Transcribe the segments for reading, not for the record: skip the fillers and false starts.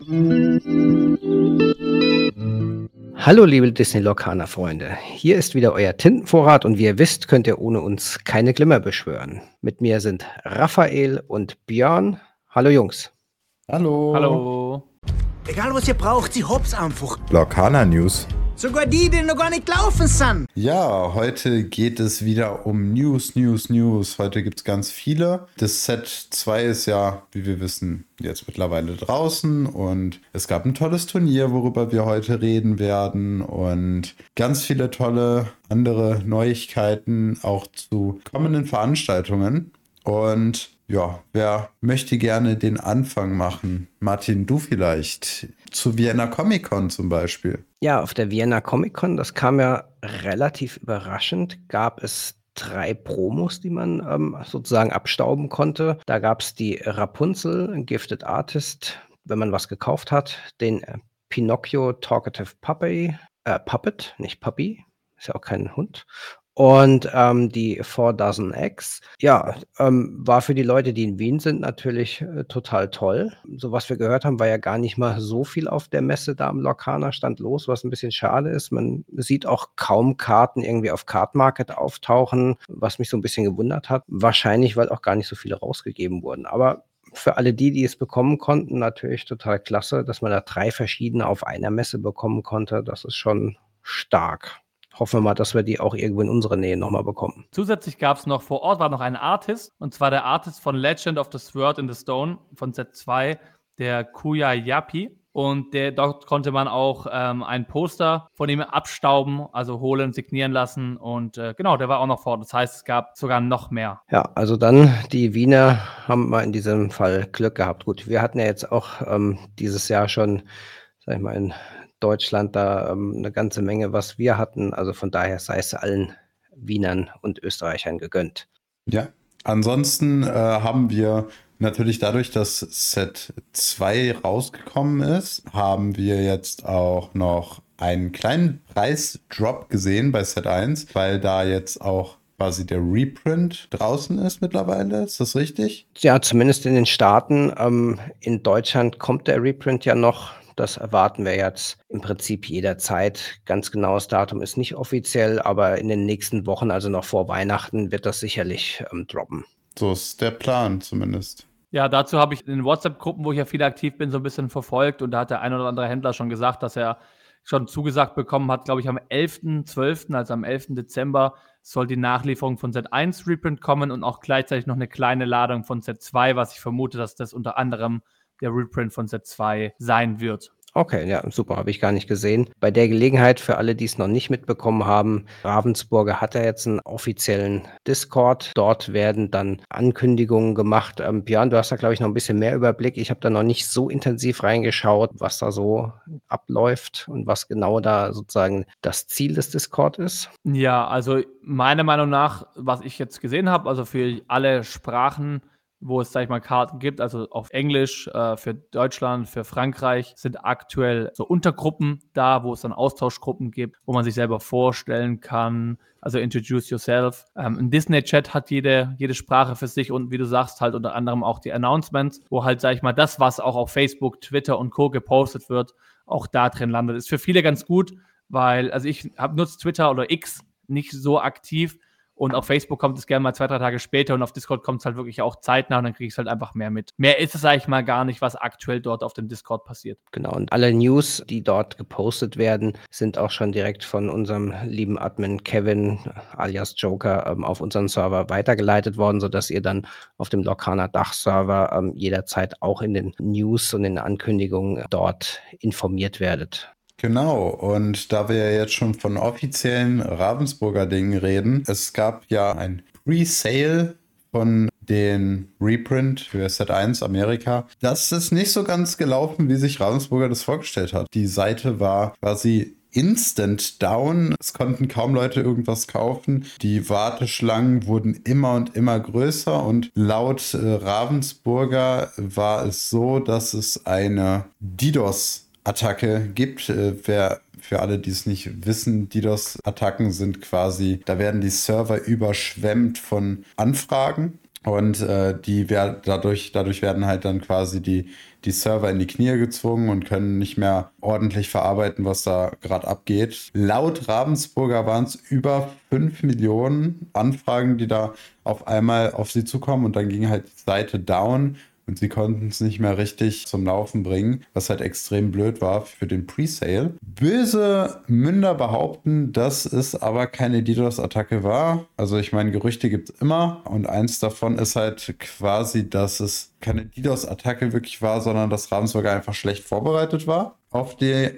Hallo liebe Disney-Lorcaner-Freunde, hier ist wieder euer Tintenvorrat und wie ihr wisst, könnt ihr ohne uns keine Glimmer beschwören. Mit mir sind Raphael und Björn. Hallo Jungs. Hallo. Hallo. Egal was ihr braucht, sie habt's einfach. Lorcaner News. Sogar die noch gar nicht gelaufen sind. Ja, heute geht es wieder um News. Heute gibt es ganz viele. Das Set 2 ist ja, wie wir wissen, jetzt mittlerweile draußen. Und es gab ein tolles Turnier, worüber wir heute reden werden. Und ganz viele tolle andere Neuigkeiten auch zu kommenden Veranstaltungen. Und ja, wer möchte gerne den Anfang machen? Martin, du vielleicht. Zu Vienna Comic Con zum Beispiel. Ja, auf der Vienna Comic Con, das kam ja relativ überraschend, gab es 3 Promos, die man sozusagen abstauben konnte. Da gab es die Rapunzel, Gifted Artist, wenn man was gekauft hat, den Pinocchio Talkative Puppet, nicht Puppy, ist ja auch kein Hund. Und die 4 Dozen Eggs, ja, war für die Leute, die in Wien sind, natürlich total toll. So was wir gehört haben, war ja gar nicht mal so viel auf der Messe da am Lorcaner Stand los, was ein bisschen schade ist. Man sieht auch kaum Karten irgendwie auf Card Market auftauchen, was mich so ein bisschen gewundert hat. Wahrscheinlich, weil auch gar nicht so viele rausgegeben wurden. Aber für alle die es bekommen konnten, natürlich total klasse, dass man da 3 verschiedene auf einer Messe bekommen konnte. Das ist schon stark. Hoffen wir mal, dass wir die auch irgendwo in unserer Nähe nochmal bekommen. Zusätzlich gab es noch vor Ort war noch ein Artist, und zwar der Artist von Legend of the Sword in the Stone von Set 2, der Kuya Yapi. Und dort konnte man auch ein Poster von ihm abstauben, also holen, signieren lassen. Und genau, der war auch noch vor Ort. Das heißt, es gab sogar noch mehr. Ja, also dann die Wiener haben wir in diesem Fall Glück gehabt. Gut, wir hatten ja jetzt auch dieses Jahr schon, sag ich mal, in Deutschland da eine ganze Menge, was wir hatten. Also von daher sei es allen Wienern und Österreichern gegönnt. Ja, ansonsten haben wir natürlich dadurch, dass Set 2 rausgekommen ist, haben wir jetzt auch noch einen kleinen Preisdrop gesehen bei Set 1, weil da jetzt auch quasi der Reprint draußen ist mittlerweile. Ist das richtig? Ja, zumindest in den Staaten. In Deutschland kommt der Reprint ja noch. Das erwarten wir jetzt im Prinzip jederzeit. Ganz genaues Datum ist nicht offiziell, aber in den nächsten Wochen, also noch vor Weihnachten, wird das sicherlich droppen. So ist der Plan zumindest. Ja, dazu habe ich in den WhatsApp-Gruppen, wo ich ja viel aktiv bin, so ein bisschen verfolgt. Und da hat der ein oder andere Händler schon gesagt, dass er schon zugesagt bekommen hat, glaube ich, am 11.12., also am 11. Dezember, soll die Nachlieferung von Set 1 Reprint kommen und auch gleichzeitig noch eine kleine Ladung von Set 2, was ich vermute, dass das unter anderem der Reprint von Set 2 sein wird. Okay, ja, super, habe ich gar nicht gesehen. Bei der Gelegenheit, für alle, die es noch nicht mitbekommen haben, Ravensburger hat ja jetzt einen offiziellen Discord. Dort werden dann Ankündigungen gemacht. Björn, du hast da, glaube ich, noch ein bisschen mehr Überblick. Ich habe da noch nicht so intensiv reingeschaut, was da so abläuft und was genau da sozusagen das Ziel des Discord ist. Ja, also meiner Meinung nach, was ich jetzt gesehen habe, also für alle Sprachen, wo es, sag ich mal, Karten gibt, also auf Englisch, für Deutschland, für Frankreich, sind aktuell so Untergruppen da, wo es dann Austauschgruppen gibt, wo man sich selber vorstellen kann, also Introduce Yourself. Ein Disney-Chat hat jede Sprache für sich und wie du sagst, halt unter anderem auch die Announcements, wo halt, sag ich mal, das, was auch auf Facebook, Twitter und Co. gepostet wird, auch da drin landet. Ist für viele ganz gut, weil, also ich nutze Twitter oder X nicht so aktiv, und auf Facebook kommt es gerne mal 2-3 Tage später und auf Discord kommt es halt wirklich auch zeitnah und dann kriege ich es halt einfach mehr mit. Mehr ist es, sage ich mal, gar nicht, was aktuell dort auf dem Discord passiert. Genau, und alle News, die dort gepostet werden, sind auch schon direkt von unserem lieben Admin Kevin alias Joker auf unseren Server weitergeleitet worden, sodass ihr dann auf dem Lorcaner Dachserver jederzeit auch in den News und in den Ankündigungen dort informiert werdet. Genau, und da wir ja jetzt schon von offiziellen Ravensburger Dingen reden, es gab ja ein Pre-Sale von den Reprint für Set 1 Amerika. Das ist nicht so ganz gelaufen, wie sich Ravensburger das vorgestellt hat. Die Seite war quasi instant down. Es konnten kaum Leute irgendwas kaufen. Die Warteschlangen wurden immer und immer größer und laut Ravensburger war es so, dass es eine DDoS-Attacke gibt. Für alle, die es nicht wissen, DDoS-Attacken sind quasi, da werden die Server überschwemmt von Anfragen Und dadurch werden halt dann quasi die Server in die Knie gezwungen und können nicht mehr ordentlich verarbeiten, was da gerade abgeht. Laut Ravensburger waren es über 5 Millionen Anfragen, die da auf einmal auf sie zukommen, und dann ging halt die Seite down. Und sie konnten es nicht mehr richtig zum Laufen bringen, was halt extrem blöd war für den Presale. Böse Münder behaupten, dass es aber keine DDoS-Attacke war. Also ich meine, Gerüchte gibt es immer. Und eins davon ist halt quasi, dass es keine DDoS-Attacke wirklich war, sondern dass Ravensburger einfach schlecht vorbereitet war auf den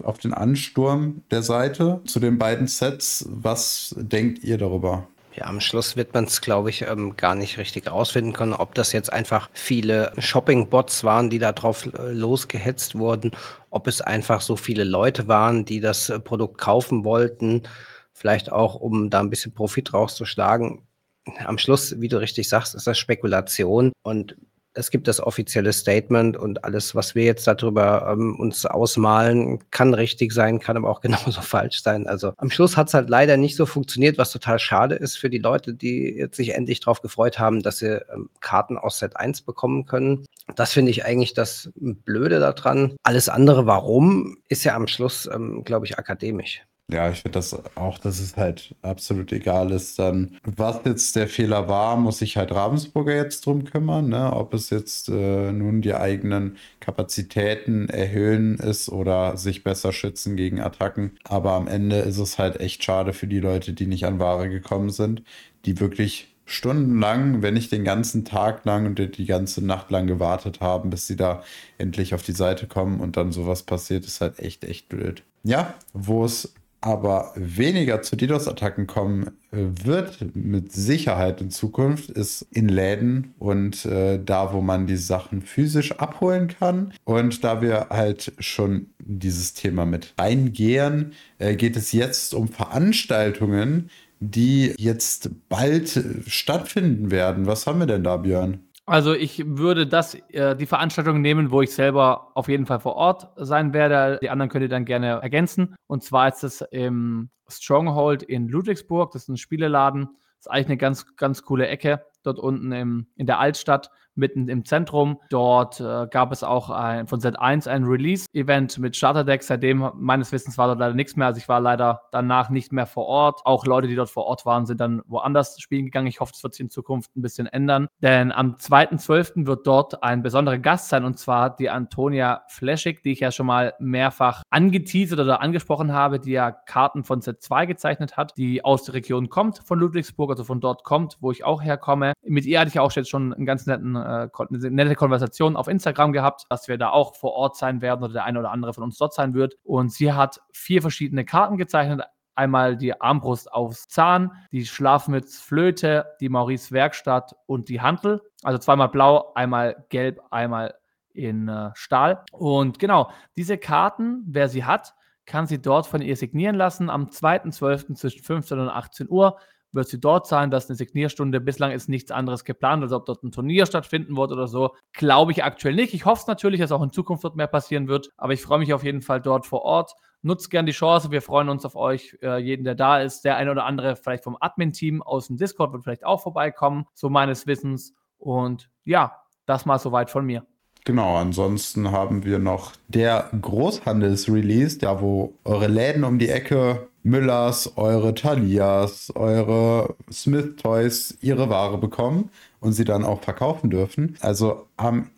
Ansturm der Seite zu den beiden Sets. Was denkt ihr darüber? Ja, am Schluss wird man es, glaube ich, gar nicht richtig rausfinden können, ob das jetzt einfach viele Shopping-Bots waren, die da drauf losgehetzt wurden, ob es einfach so viele Leute waren, die das Produkt kaufen wollten, vielleicht auch, um da ein bisschen Profit rauszuschlagen. Am Schluss, wie du richtig sagst, ist das Spekulation, und es gibt das offizielle Statement, und alles, was wir jetzt darüber uns ausmalen, kann richtig sein, kann aber auch genauso falsch sein. Also am Schluss hat es halt leider nicht so funktioniert, was total schade ist für die Leute, die jetzt sich endlich darauf gefreut haben, dass sie Karten aus Set 1 bekommen können. Das finde ich eigentlich das Blöde daran. Alles andere, warum, ist ja am Schluss, glaube ich, akademisch. Ja, ich finde das auch, dass es halt absolut egal ist, dann, was jetzt der Fehler war, muss sich halt Ravensburger jetzt drum kümmern, ne? Ob es jetzt nun die eigenen Kapazitäten erhöhen ist oder sich besser schützen gegen Attacken. Aber am Ende ist es halt echt schade für die Leute, die nicht an Ware gekommen sind, die wirklich stundenlang, wenn nicht den ganzen Tag lang und die ganze Nacht lang gewartet haben, bis sie da endlich auf die Seite kommen, und dann sowas passiert, ist halt echt, echt blöd. Ja, wo es aber weniger zu DDoS-Attacken kommen wird mit Sicherheit in Zukunft, ist in Läden und da, wo man die Sachen physisch abholen kann. Und da wir halt schon dieses Thema mit reingehen, geht es jetzt um Veranstaltungen, die jetzt bald stattfinden werden. Was haben wir denn da, Björn? Also ich würde die Veranstaltung nehmen, wo ich selber auf jeden Fall vor Ort sein werde. Die anderen könnt ihr dann gerne ergänzen. Und zwar ist es im Stronghold in Ludwigsburg. Das ist ein Spieleladen. Das ist eigentlich eine ganz, ganz coole Ecke. Dort unten in der Altstadt, mitten im Zentrum. Dort gab es auch von Z1 ein Release-Event mit Starterdecks. Seitdem, meines Wissens, war dort leider nichts mehr. Also ich war leider danach nicht mehr vor Ort. Auch Leute, die dort vor Ort waren, sind dann woanders spielen gegangen. Ich hoffe, das wird sich in Zukunft ein bisschen ändern. Denn am 2.12. wird dort ein besonderer Gast sein, und zwar die Antonia Fleschig, die ich ja schon mal mehrfach angeteasert oder angesprochen habe, die ja Karten von Z2 gezeichnet hat, die aus der Region kommt, von Ludwigsburg, also von dort kommt, wo ich auch herkomme. Mit ihr hatte ich auch jetzt schon einen ganz eine nette Konversation auf Instagram gehabt, dass wir da auch vor Ort sein werden oder der eine oder andere von uns dort sein wird. Und sie hat 4 verschiedene Karten gezeichnet. Einmal die Armbrust aus Zahn, die Schlafmütz Flöte, die Maurice Werkstatt und die Hantel. Also zweimal blau, einmal gelb, einmal in Stahl. Und genau, diese Karten, wer sie hat, kann sie dort von ihr signieren lassen. Am 2.12. zwischen 15 und 18 Uhr wird sie dort sein. Das ist eine Signierstunde. Bislang ist nichts anderes geplant, also ob dort ein Turnier stattfinden wird oder so, glaube ich aktuell nicht. Ich hoffe es natürlich, dass auch in Zukunft dort mehr passieren wird, aber ich freue mich auf jeden Fall dort vor Ort. Nutzt gern die Chance, wir freuen uns auf euch, jeden, der da ist. Der eine oder andere vielleicht vom Admin-Team aus dem Discord wird vielleicht auch vorbeikommen, so meines Wissens. Und ja, das mal soweit von mir. Genau, ansonsten haben wir noch der Großhandelsrelease, ja, wo eure Läden um die Ecke, Müllers, eure Thalias, eure Smith Toys ihre Ware bekommen und sie dann auch verkaufen dürfen. Also am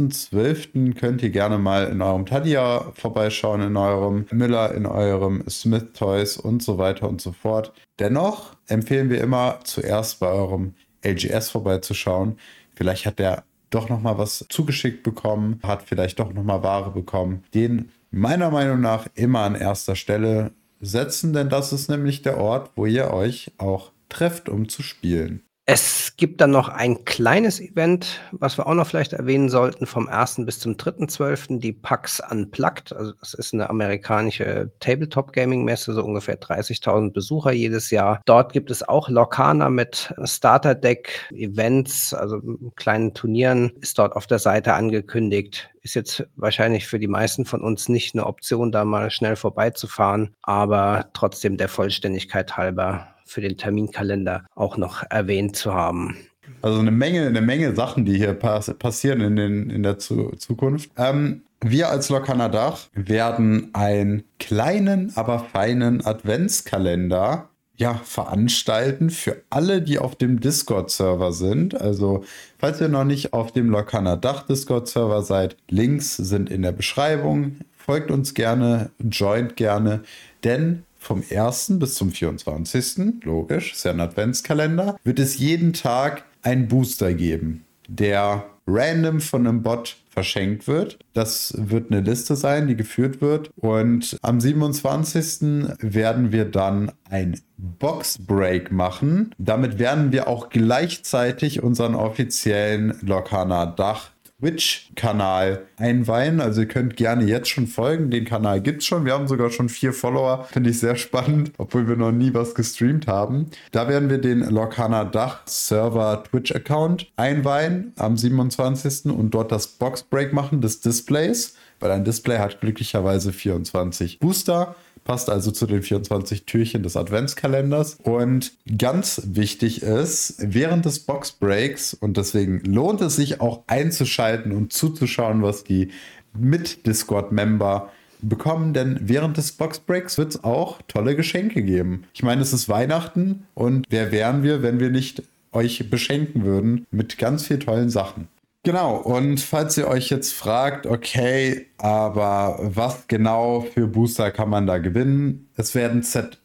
1.12. könnt ihr gerne mal in eurem Thalia vorbeischauen, in eurem Müller, in eurem Smith Toys und so weiter und so fort. Dennoch empfehlen wir immer, zuerst bei eurem LGS vorbeizuschauen. Vielleicht hat der doch nochmal was zugeschickt bekommen, hat vielleicht doch nochmal Ware bekommen. Den meiner Meinung nach immer an erster Stelle setzen, denn das ist nämlich der Ort, wo ihr euch auch trefft, um zu spielen. Es gibt dann noch ein kleines Event, was wir auch noch vielleicht erwähnen sollten, vom 1. bis zum 3.12., die PAX Unplugged. Also das ist eine amerikanische Tabletop-Gaming-Messe, so ungefähr 30.000 Besucher jedes Jahr. Dort gibt es auch Lorcana mit Starter-Deck-Events, also kleinen Turnieren, ist dort auf der Seite angekündigt. Ist jetzt wahrscheinlich für die meisten von uns nicht eine Option, da mal schnell vorbeizufahren, aber trotzdem der Vollständigkeit halber für den Terminkalender auch noch erwähnt zu haben. Also eine Menge Sachen, die hier passieren in der Zukunft. Wir als Lokana Dach werden einen kleinen, aber feinen Adventskalender veranstalten für alle, die auf dem Discord-Server sind. Also, falls ihr noch nicht auf dem Lokana Dach Discord-Server seid, Links sind in der Beschreibung. Folgt uns gerne, joint gerne, denn vom 1. bis zum 24., logisch, ist ja ein Adventskalender, wird es jeden Tag einen Booster geben, der random von einem Bot verschenkt wird. Das wird eine Liste sein, die geführt wird. Und am 27. werden wir dann ein Box-Break machen. Damit werden wir auch gleichzeitig unseren offiziellen Lokana Dach Twitch-Kanal einweihen. Also ihr könnt gerne jetzt schon folgen. Den Kanal gibt es schon. Wir haben sogar schon 4 Follower. Finde ich sehr spannend, obwohl wir noch nie was gestreamt haben. Da werden wir den Lokana Dach Server Twitch-Account einweihen am 27. und dort das Box-Break machen des Displays, weil ein Display hat glücklicherweise 24 Booster. Passt also zu den 24 Türchen des Adventskalenders. Und ganz wichtig ist, während des Boxbreaks, und deswegen lohnt es sich auch einzuschalten und zuzuschauen, was die Mit-Discord-Member bekommen, denn während des Boxbreaks wird es auch tolle Geschenke geben. Ich meine, es ist Weihnachten und wer wären wir, wenn wir nicht euch beschenken würden mit ganz viel tollen Sachen. Genau, und falls ihr euch jetzt fragt, okay, aber was genau für Booster kann man da gewinnen? Es werden Set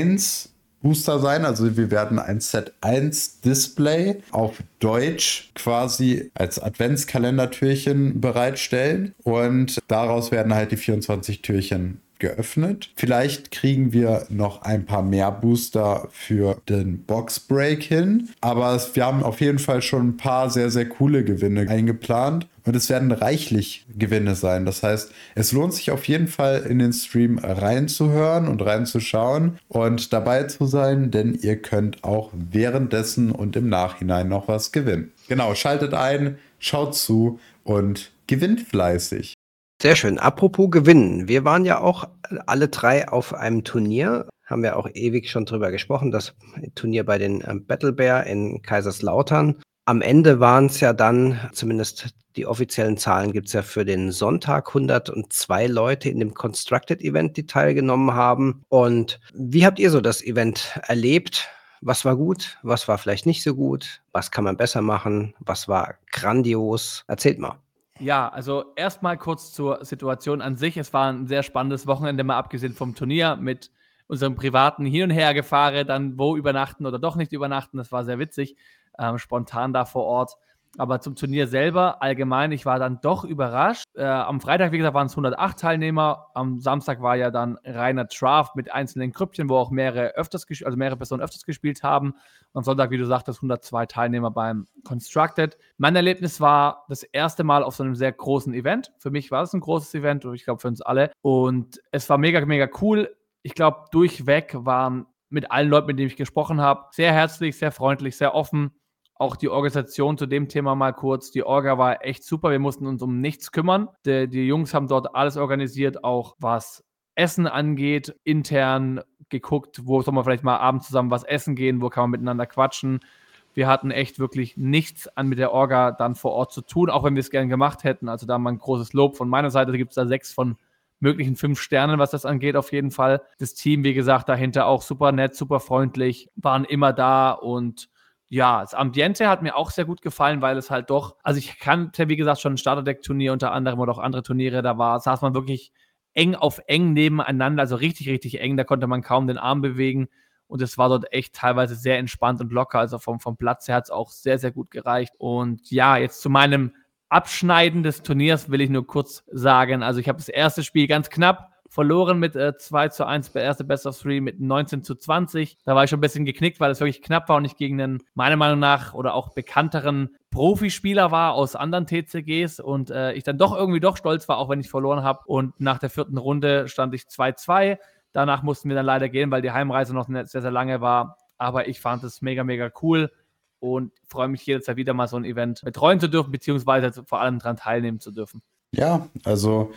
1 Booster sein, also wir werden ein Set 1 Display auf Deutsch quasi als Adventskalender-Türchen bereitstellen und daraus werden halt die 24 Türchen geöffnet. Vielleicht kriegen wir noch ein paar mehr Booster für den Boxbreak hin, aber wir haben auf jeden Fall schon ein paar sehr, sehr coole Gewinne eingeplant und es werden reichlich Gewinne sein. Das heißt, es lohnt sich auf jeden Fall in den Stream reinzuhören und reinzuschauen und dabei zu sein, denn ihr könnt auch währenddessen und im Nachhinein noch was gewinnen. Genau, schaltet ein, schaut zu und gewinnt fleißig. Sehr schön. Apropos Gewinnen. Wir waren ja auch alle 3 auf einem Turnier. Haben wir auch ewig schon drüber gesprochen. Das Turnier bei den Battle Bear in Kaiserslautern. Am Ende waren es ja dann, zumindest die offiziellen Zahlen gibt es ja für den Sonntag, 102 Leute in dem Constructed Event, die teilgenommen haben. Und wie habt ihr so das Event erlebt? Was war gut? Was war vielleicht nicht so gut? Was kann man besser machen? Was war grandios? Erzählt mal. Ja, also erstmal kurz zur Situation an sich. Es war ein sehr spannendes Wochenende, mal abgesehen vom Turnier mit unserem privaten Hin- und Hergefahre, dann wo übernachten oder doch nicht übernachten. Das war sehr witzig, spontan da vor Ort. Aber zum Turnier selber allgemein, ich war dann doch überrascht. Am Freitag, wie gesagt, waren es 108 Teilnehmer. Am Samstag war ja dann reiner Draft mit einzelnen Grüppchen, wo auch mehrere Personen öfters gespielt haben. Und am Sonntag, wie du sagtest, 102 Teilnehmer beim Constructed. Mein Erlebnis war das erste Mal auf so einem sehr großen Event. Für mich war es ein großes Event und ich glaube für uns alle. Und es war mega, mega cool. Ich glaube, durchweg waren mit allen Leuten, mit denen ich gesprochen habe, sehr herzlich, sehr freundlich, sehr offen. Auch die Organisation zu dem Thema mal kurz. Die Orga war echt super. Wir mussten uns um nichts kümmern. Die Jungs haben dort alles organisiert, auch was Essen angeht, intern geguckt, wo soll man vielleicht mal abends zusammen was essen gehen, wo kann man miteinander quatschen. Wir hatten echt wirklich nichts mit der Orga dann vor Ort zu tun, auch wenn wir es gerne gemacht hätten. Also da mal ein großes Lob von meiner Seite. Da gibt es da 6 von möglichen 5 Sternen, was das angeht, auf jeden Fall. Das Team, wie gesagt, dahinter auch super nett, super freundlich, waren immer da und ja, das Ambiente hat mir auch sehr gut gefallen, weil es halt doch, also ich kannte, wie gesagt, schon ein Starterdeck-Turnier unter anderem oder auch andere Turniere, saß man wirklich eng auf eng nebeneinander, also richtig, richtig eng, da konnte man kaum den Arm bewegen und es war dort echt teilweise sehr entspannt und locker, also vom Platz her hat es auch sehr, sehr gut gereicht. Und ja, jetzt zu meinem Abschneiden des Turniers will ich nur kurz sagen, also ich habe das erste Spiel ganz knapp verloren mit 2:1 bei erste Best of 3 mit 19:20. Da war ich schon ein bisschen geknickt, weil es wirklich knapp war und ich gegen einen, meiner Meinung nach, oder auch bekannteren Profispieler war aus anderen TCGs und ich dann irgendwie doch stolz war, auch wenn ich verloren habe. Und nach der 4. Runde stand ich 2:2. Danach mussten wir dann leider gehen, weil die Heimreise noch sehr, sehr lange war. Aber ich fand es mega, mega cool und freue mich jederzeit wieder mal so ein Event betreuen zu dürfen, beziehungsweise vor allem daran teilnehmen zu dürfen. Ja, also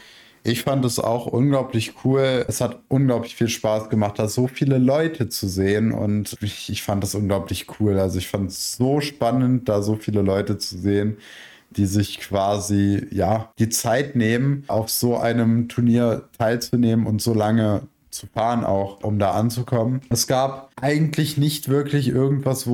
Ich fand es auch unglaublich cool. Es hat unglaublich viel Spaß gemacht, da so viele Leute zu sehen und ich fand das unglaublich cool. Also ich fand es so spannend, da so viele Leute zu sehen, die sich quasi, ja, die Zeit nehmen, auf so einem Turnier teilzunehmen und so lange zu fahren auch, um da anzukommen. Es gab eigentlich nicht wirklich irgendwas,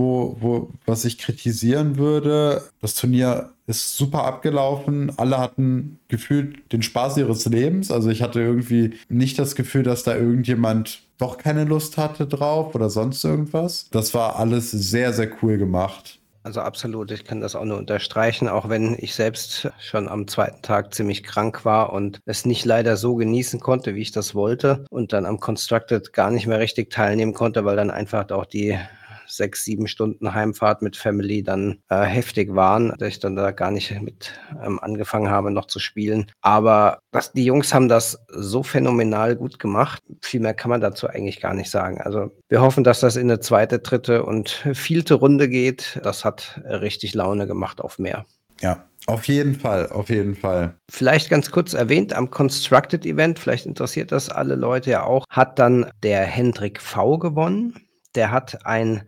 was ich kritisieren würde. Das Turnier ist super abgelaufen. Alle hatten gefühlt den Spaß ihres Lebens. Also ich hatte irgendwie nicht das Gefühl, dass da irgendjemand doch keine Lust hatte drauf oder sonst irgendwas. Das war alles sehr, sehr cool gemacht. Also absolut, ich kann das auch nur unterstreichen, auch wenn ich selbst schon am zweiten Tag ziemlich krank war und es nicht leider so genießen konnte, wie ich das wollte und dann am Constructed gar nicht mehr richtig teilnehmen konnte, weil dann einfach auch die 6, 7 Stunden Heimfahrt mit Family dann heftig waren, dass ich dann da gar nicht mit angefangen habe, noch zu spielen. Aber die Jungs haben das so phänomenal gut gemacht. Viel mehr kann man dazu eigentlich gar nicht sagen. Also wir hoffen, dass das in eine zweite, dritte und vierte Runde geht. Das hat richtig Laune gemacht auf mehr. Ja, auf jeden Fall, auf jeden Fall. Vielleicht ganz kurz erwähnt, am Constructed Event, vielleicht interessiert das alle Leute ja auch, hat dann der Hendrik V gewonnen. Der hat ein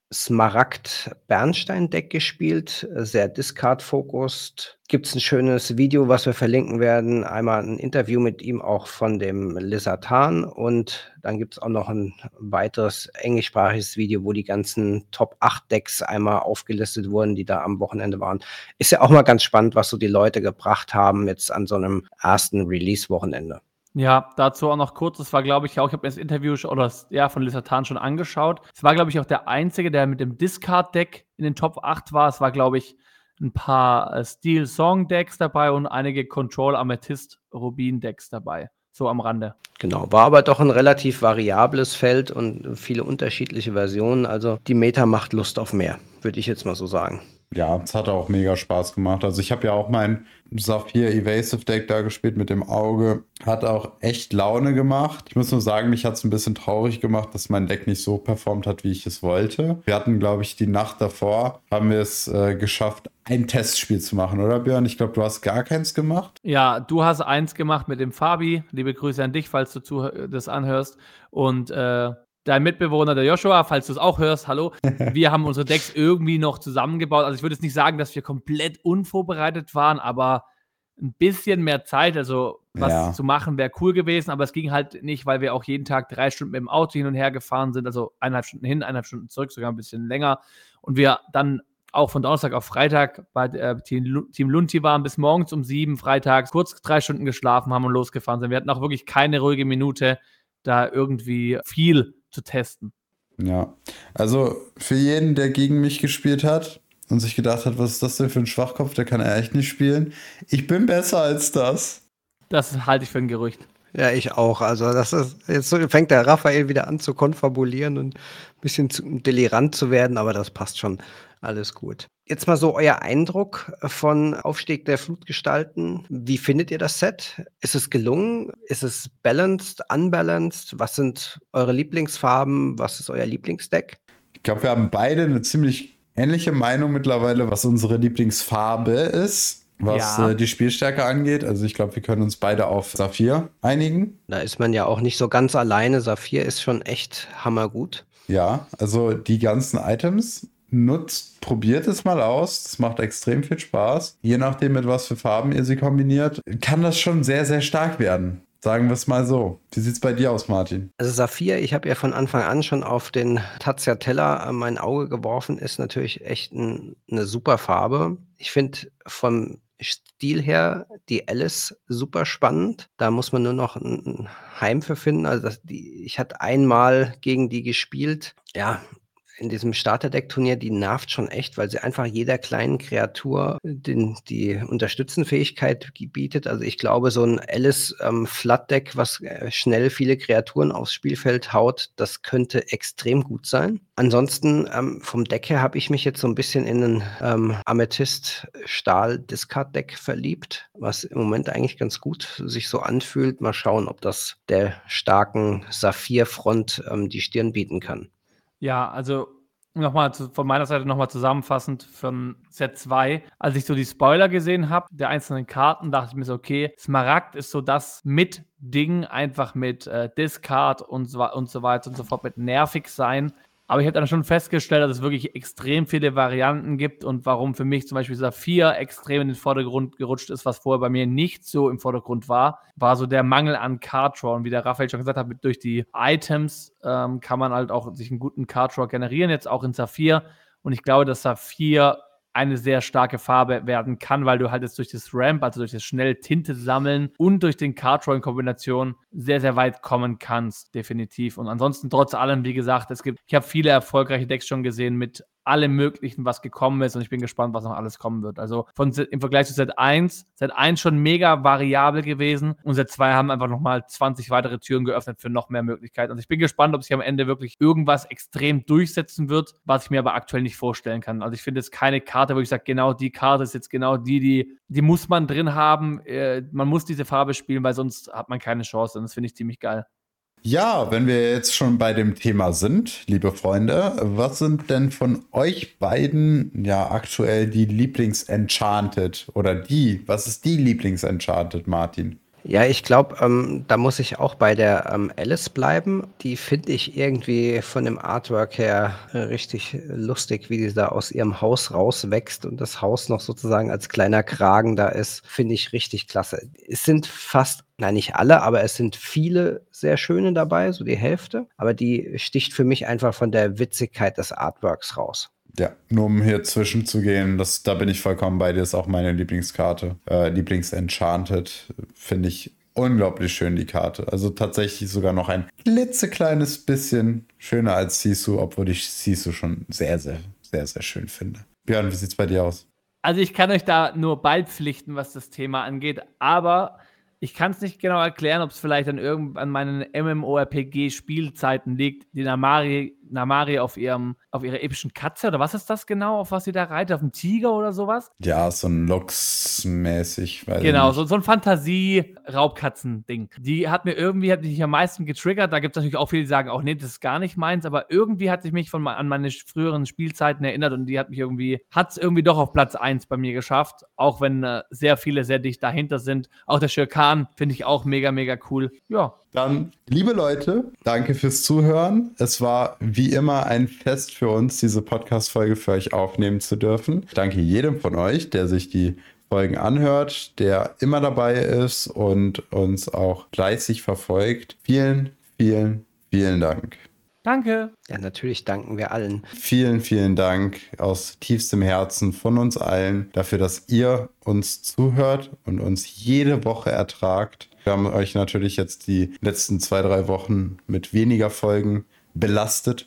Smaragd-Bernstein-Deck gespielt, sehr Discard-focused. Gibt es ein schönes Video, was wir verlinken werden. Einmal ein Interview mit ihm auch von dem Lizartan und dann gibt es auch noch ein weiteres englischsprachiges Video, wo die ganzen Top 8 Decks einmal aufgelistet wurden, die da am Wochenende waren. Ist ja auch mal ganz spannend, was so die Leute gebracht haben jetzt an so einem ersten Release-Wochenende. Ja, dazu auch noch kurz, das war, glaube ich, auch, ich habe mir das Interview von Lizartan schon angeschaut. Es war, glaube ich, auch der Einzige, der mit dem Discard-Deck in den Top 8 war. Es war, glaube ich, ein paar Steel-Song-Decks dabei und einige Control-Amethyst-Rubin-Decks dabei. So am Rande. Genau, war aber doch ein relativ variables Feld und viele unterschiedliche Versionen. Also die Meta macht Lust auf mehr, würde ich jetzt mal so sagen. Ja, es hat auch mega Spaß gemacht. Also ich habe ja auch mein Saphir Evasive Deck da gespielt mit dem Auge. Hat auch echt Laune gemacht. Ich muss nur sagen, mich hat es ein bisschen traurig gemacht, dass mein Deck nicht so performt hat, wie ich es wollte. Wir hatten, glaube ich, die Nacht davor, haben wir es geschafft, ein Testspiel zu machen, oder Björn? Ich glaube, du hast gar keins gemacht. Ja, du hast eins gemacht mit dem Fabi. Liebe Grüße an dich, falls du das anhörst. Und dein Mitbewohner, der Joshua, falls du es auch hörst, hallo. Wir haben unsere Decks irgendwie noch zusammengebaut. Also ich würde jetzt nicht sagen, dass wir komplett unvorbereitet waren, aber ein bisschen mehr Zeit, also was zu machen, wäre cool gewesen. Aber es ging halt nicht, weil wir auch jeden Tag 3 Stunden mit dem Auto hin und her gefahren sind. Also 1,5 Stunden hin, 1,5 Stunden zurück, sogar ein bisschen länger. Und wir dann auch von Donnerstag auf Freitag bei Team Lunti waren bis morgens um 7 freitags, kurz 3 Stunden geschlafen haben und losgefahren sind. Wir hatten auch wirklich keine ruhige Minute, da irgendwie viel zu testen. Ja, also für jeden, der gegen mich gespielt hat und sich gedacht hat, was ist das denn für ein Schwachkopf, der kann ja echt nicht spielen. Ich bin besser als das. Das halte ich für ein Gerücht. Ja, ich auch. Also das ist jetzt fängt der Raphael wieder an zu konfabulieren und ein bisschen delirant zu werden, aber das passt schon. Alles gut. Jetzt mal so euer Eindruck von Aufstieg der Flutgestalten. Wie findet ihr das Set? Ist es gelungen? Ist es balanced, unbalanced? Was sind eure Lieblingsfarben? Was ist euer Lieblingsdeck? Ich glaube, wir haben beide eine ziemlich ähnliche Meinung mittlerweile, was unsere Lieblingsfarbe ist, was die Spielstärke angeht. Also ich glaube, wir können uns beide auf Saphir einigen. Da ist man ja auch nicht so ganz alleine. Saphir ist schon echt hammergut. Ja, also die ganzen Items probiert es mal aus. Das macht extrem viel Spaß. Je nachdem, mit was für Farben ihr sie kombiniert, kann das schon sehr, sehr stark werden. Sagen wir es mal so. Wie sieht es bei dir aus, Martin? Also Saphir, ich habe ja von Anfang an schon auf den Tagliatella mein Auge geworfen, ist natürlich echt eine super Farbe. Ich finde vom Stil her die Alice super spannend. Da muss man nur noch ein Heim für finden. Also ich hatte einmal gegen die gespielt. Ja, in diesem Starterdeck-Turnier, die nervt schon echt, weil sie einfach jeder kleinen Kreatur die Unterstützenfähigkeit bietet. Also ich glaube, so ein Alice-Flood-Deck, was schnell viele Kreaturen aufs Spielfeld haut, das könnte extrem gut sein. Ansonsten vom Deck her habe ich mich jetzt so ein bisschen in ein Amethyst-Stahl-Discard-Deck verliebt, was im Moment eigentlich ganz gut sich so anfühlt. Mal schauen, ob das der starken Saphir-Front die Stirn bieten kann. Ja, also Von meiner Seite nochmal zusammenfassend von Set 2. Als ich so die Spoiler gesehen habe, der einzelnen Karten, dachte ich mir so, okay, Smaragd ist so das mit Ding, einfach mit Discard und so weiter und so fort, mit nervig sein. Aber ich habe dann schon festgestellt, dass es wirklich extrem viele Varianten gibt und warum für mich zum Beispiel Saphir extrem in den Vordergrund gerutscht ist, was vorher bei mir nicht so im Vordergrund war so der Mangel an Card-Draw. Und wie der Raphael schon gesagt hat, durch die Items kann man halt auch sich einen guten Card-Draw generieren, jetzt auch in Saphir. Und ich glaube, dass Saphir eine sehr starke Farbe werden kann, weil du halt jetzt durch das Ramp, also durch das schnell Tinte sammeln und durch den Card-Draw in Kombination sehr, sehr weit kommen kannst, definitiv. Und ansonsten trotz allem, wie gesagt, ich habe viele erfolgreiche Decks schon gesehen mit allem Möglichen, was gekommen ist und ich bin gespannt, was noch alles kommen wird. Also im Vergleich zu Set 1 schon mega variabel gewesen und Set 2 haben einfach nochmal 20 weitere Türen geöffnet für noch mehr Möglichkeiten. Also ich bin gespannt, ob sich am Ende wirklich irgendwas extrem durchsetzen wird, was ich mir aber aktuell nicht vorstellen kann. Also ich finde jetzt keine Karte, wo ich sage, genau die Karte ist jetzt genau die muss man drin haben. Man muss diese Farbe spielen, weil sonst hat man keine Chance und das finde ich ziemlich geil. Ja, wenn wir jetzt schon bei dem Thema sind, liebe Freunde, was sind denn von euch beiden ja aktuell die Lieblings-Enchanted was ist die Lieblings-Enchanted, Martin? Ja, ich glaube, da muss ich auch bei der Alice bleiben. Die finde ich irgendwie von dem Artwork her richtig lustig, wie die da aus ihrem Haus rauswächst und das Haus noch sozusagen als kleiner Kragen da ist. Finde ich richtig klasse. Es sind nicht alle, aber es sind viele sehr schöne dabei, so die Hälfte. Aber die sticht für mich einfach von der Witzigkeit des Artworks raus. Ja, nur um hier zwischen zu gehen, da bin ich vollkommen bei dir, ist auch meine Lieblingskarte. Lieblings-Enchanted finde ich unglaublich schön, die Karte. Also tatsächlich sogar noch ein klitzekleines bisschen schöner als Sisu, obwohl ich Sisu schon sehr, sehr, sehr, sehr schön finde. Björn, wie sieht's bei dir aus? Also ich kann euch da nur beipflichten, was das Thema angeht, aber ich kann es nicht genau erklären, ob es vielleicht an meinen MMORPG-Spielzeiten liegt, die Namari auf ihrer epischen Katze, oder was ist das genau, auf was sie da reitet? Auf dem Tiger oder sowas? Ja, so ein Lux-mäßig. Genau, so ein Fantasie-Raubkatzen-Ding. Die hat mich am meisten getriggert. Da gibt es natürlich auch viele, die sagen, auch nee, das ist gar nicht meins, aber irgendwie hat sich mich an meine früheren Spielzeiten erinnert und die hat es irgendwie doch auf Platz 1 bei mir geschafft, auch wenn sehr viele sehr dicht dahinter sind. Auch der Shirkan finde ich auch mega, mega cool. Ja. Dann, liebe Leute, danke fürs Zuhören. Es war wie immer ein Fest für uns, diese Podcast-Folge für euch aufnehmen zu dürfen. Ich danke jedem von euch, der sich die Folgen anhört, der immer dabei ist und uns auch fleißig verfolgt. Vielen, vielen, vielen Dank. Danke. Ja, natürlich danken wir allen. Vielen, vielen Dank aus tiefstem Herzen von uns allen dafür, dass ihr uns zuhört und uns jede Woche ertragt. Wir haben euch natürlich jetzt die letzten 2-3 Wochen mit weniger Folgen belastet.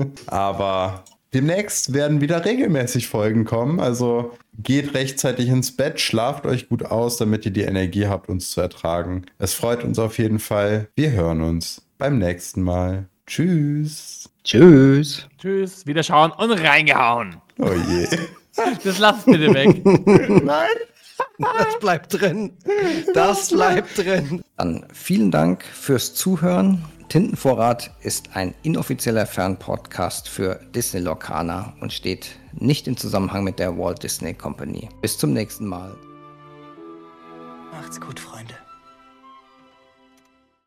Aber demnächst werden wieder regelmäßig Folgen kommen. Also geht rechtzeitig ins Bett, schlaft euch gut aus, damit ihr die Energie habt, uns zu ertragen. Es freut uns auf jeden Fall. Wir hören uns beim nächsten Mal. Tschüss. Tschüss. Tschüss. Wieder schauen und reingehauen. Oh je. Das lasst bitte weg. Nein. Das bleibt drin. Das bleibt drin. Dann vielen Dank fürs Zuhören. Tintenvorrat ist ein inoffizieller Fernpodcast für Disney Lorcaner und steht nicht im Zusammenhang mit der Walt Disney Company. Bis zum nächsten Mal. Macht's gut, Freunde.